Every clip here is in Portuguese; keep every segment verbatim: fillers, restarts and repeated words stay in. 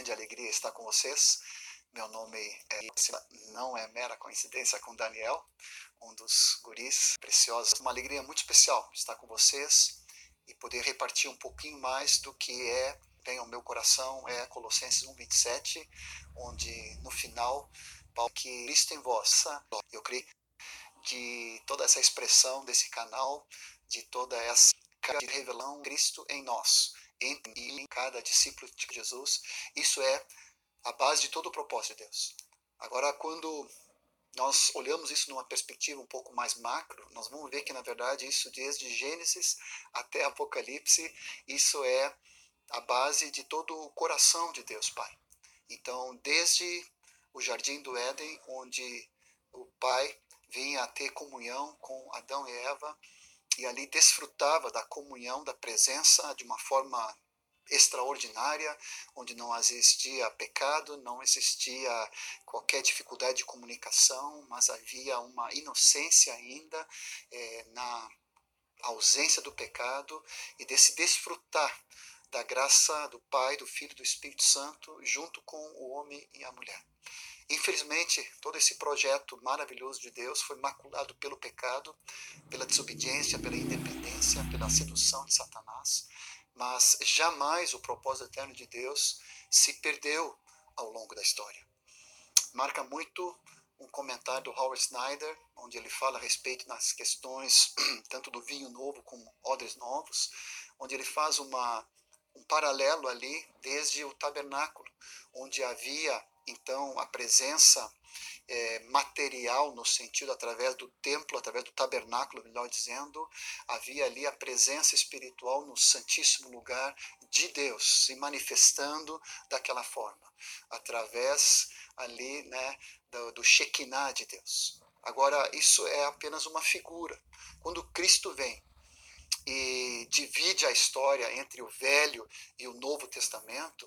grande alegria estar com vocês. Meu nome é, não é mera coincidência, com Daniel, um dos guris preciosos. Uma alegria muito especial estar com vocês e poder repartir um pouquinho mais do que é, vem ao meu coração, é Colossenses um, vinte e sete, onde no final, Paulo, que Cristo em vós, eu creio de toda essa expressão desse canal, de toda essa de revelação, Cristo em nós, em, em cada discípulo de Jesus, isso é a base de todo o propósito de Deus. Agora, quando nós olhamos isso numa perspectiva um pouco mais macro, nós vamos ver que, na verdade, isso desde Gênesis até Apocalipse, isso é a base de todo o coração de Deus Pai. Então, desde o Jardim do Éden, onde o Pai vinha a ter comunhão com Adão e Eva, e ali desfrutava da comunhão, da presença de uma forma extraordinária, onde não existia pecado, não existia qualquer dificuldade de comunicação, mas havia uma inocência ainda é, na ausência do pecado e desse desfrutar da graça do Pai, do Filho e do Espírito Santo, junto com o homem e a mulher. Infelizmente, todo esse projeto maravilhoso de Deus foi maculado pelo pecado, pela desobediência, pela independência, pela sedução de Satanás, mas jamais o propósito eterno de Deus se perdeu ao longo da história. Marca muito um comentário do Howard Snyder, onde ele fala a respeito das questões tanto do vinho novo como odres novos, onde ele faz uma, um paralelo ali desde o tabernáculo, onde havia então a presença é, material, no sentido através do templo, através do tabernáculo, melhor dizendo, havia ali a presença espiritual no santíssimo lugar de Deus, se manifestando daquela forma, através ali, né, do, do Shekinah de Deus. Agora, isso é apenas uma figura. Quando Cristo vem e divide a história entre o Velho e o Novo Testamento,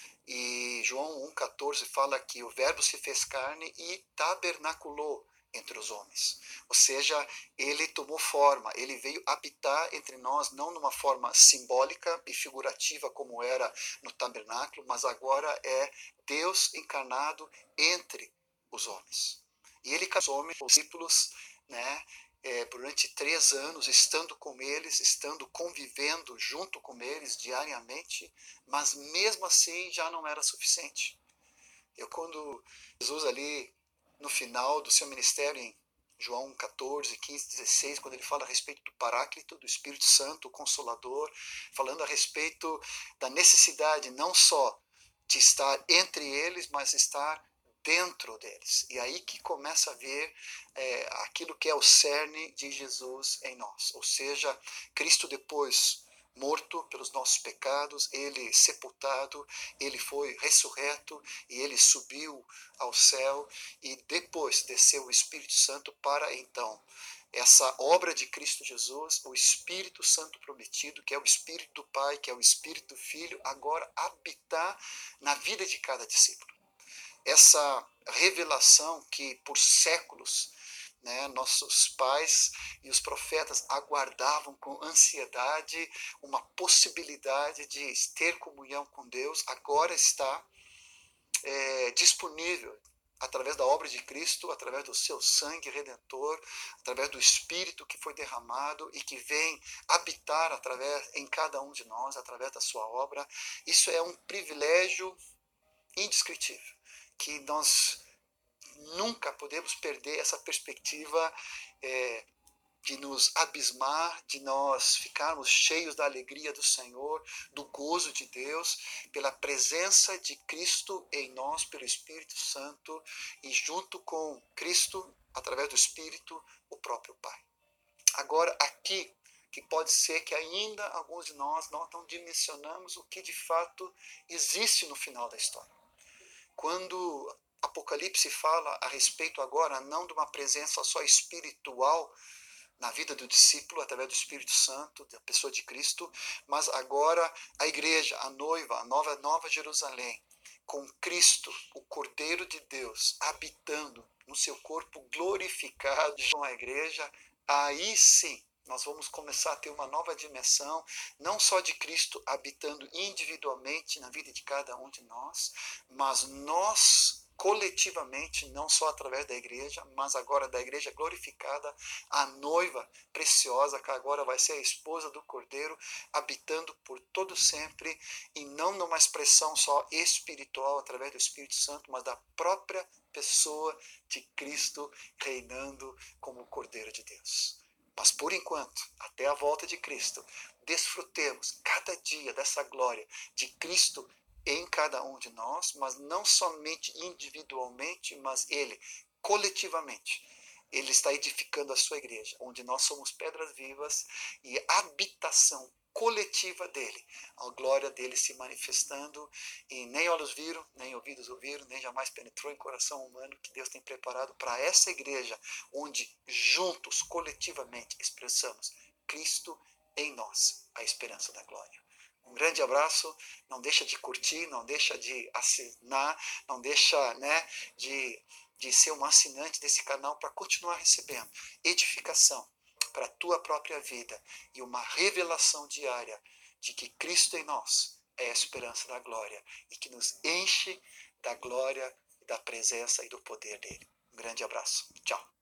e João um, catorze fala que o Verbo se fez carne e tabernaculou entre os homens. Ou seja, ele tomou forma, ele veio habitar entre nós, não numa forma simbólica e figurativa como era no tabernáculo, mas agora é Deus encarnado entre os homens. E ele casou os homens, os discípulos, né? É, durante três anos, estando com eles, estando convivendo junto com eles diariamente, mas mesmo assim já não era suficiente. Eu, quando Jesus ali, no final do seu ministério, em João catorze, quinze, dezesseis, quando ele fala a respeito do Paráclito, do Espírito Santo, o Consolador, falando a respeito da necessidade não só de estar entre eles, mas estar dentro deles. E aí que começa a ver é, aquilo que é o cerne de Jesus em nós. Ou seja, Cristo depois morto pelos nossos pecados, ele sepultado, ele foi ressurreto e ele subiu ao céu e depois desceu o Espírito Santo para então essa obra de Cristo Jesus, o Espírito Santo prometido, que é o Espírito do Pai, que é o Espírito do Filho, agora habitar na vida de cada discípulo. Essa revelação que por séculos, né, nossos pais e os profetas aguardavam com ansiedade uma possibilidade de ter comunhão com Deus, agora está é, disponível através da obra de Cristo, através do seu sangue redentor, através do Espírito que foi derramado e que vem habitar através, em cada um de nós, através da sua obra. Isso é um privilégio indescritível, que nós nunca podemos perder essa perspectiva é, de nos abismar, de nós ficarmos cheios da alegria do Senhor, do gozo de Deus, pela presença de Cristo em nós, pelo Espírito Santo, e junto com Cristo, através do Espírito, o próprio Pai. Agora, aqui, que pode ser que ainda alguns de nós não, não dimensionamos o que de fato existe no final da história. Quando Apocalipse fala a respeito agora não de uma presença só espiritual na vida do discípulo, através do Espírito Santo, da pessoa de Cristo, mas agora a igreja, a noiva, a nova, nova Jerusalém, com Cristo, o Cordeiro de Deus, habitando no seu corpo glorificado com a igreja, aí sim nós vamos começar a ter uma nova dimensão, não só de Cristo habitando individualmente na vida de cada um de nós, mas nós coletivamente, não só através da igreja, mas agora da igreja glorificada, a noiva preciosa, que agora vai ser a esposa do Cordeiro, habitando por todo sempre, e não numa expressão só espiritual, através do Espírito Santo, mas da própria pessoa de Cristo reinando como o Cordeiro de Deus. Mas por enquanto, até a volta de Cristo, desfrutemos cada dia dessa glória de Cristo em cada um de nós, mas não somente individualmente, mas Ele coletivamente. Ele está edificando a sua igreja, onde nós somos pedras vivas e habitação coletiva dele, a glória dele se manifestando, e nem olhos viram, nem ouvidos ouviram, nem jamais penetrou em coração humano que Deus tem preparado para essa igreja, onde juntos, coletivamente, expressamos Cristo em nós, a esperança da glória. Um grande abraço, não deixa de curtir, não deixa de assinar, não deixa, né, de, de ser um assinante desse canal para continuar recebendo edificação para a tua própria vida e uma revelação diária de que Cristo em nós é a esperança da glória e que nos enche da glória, da presença e do poder dele. Um grande abraço. Tchau.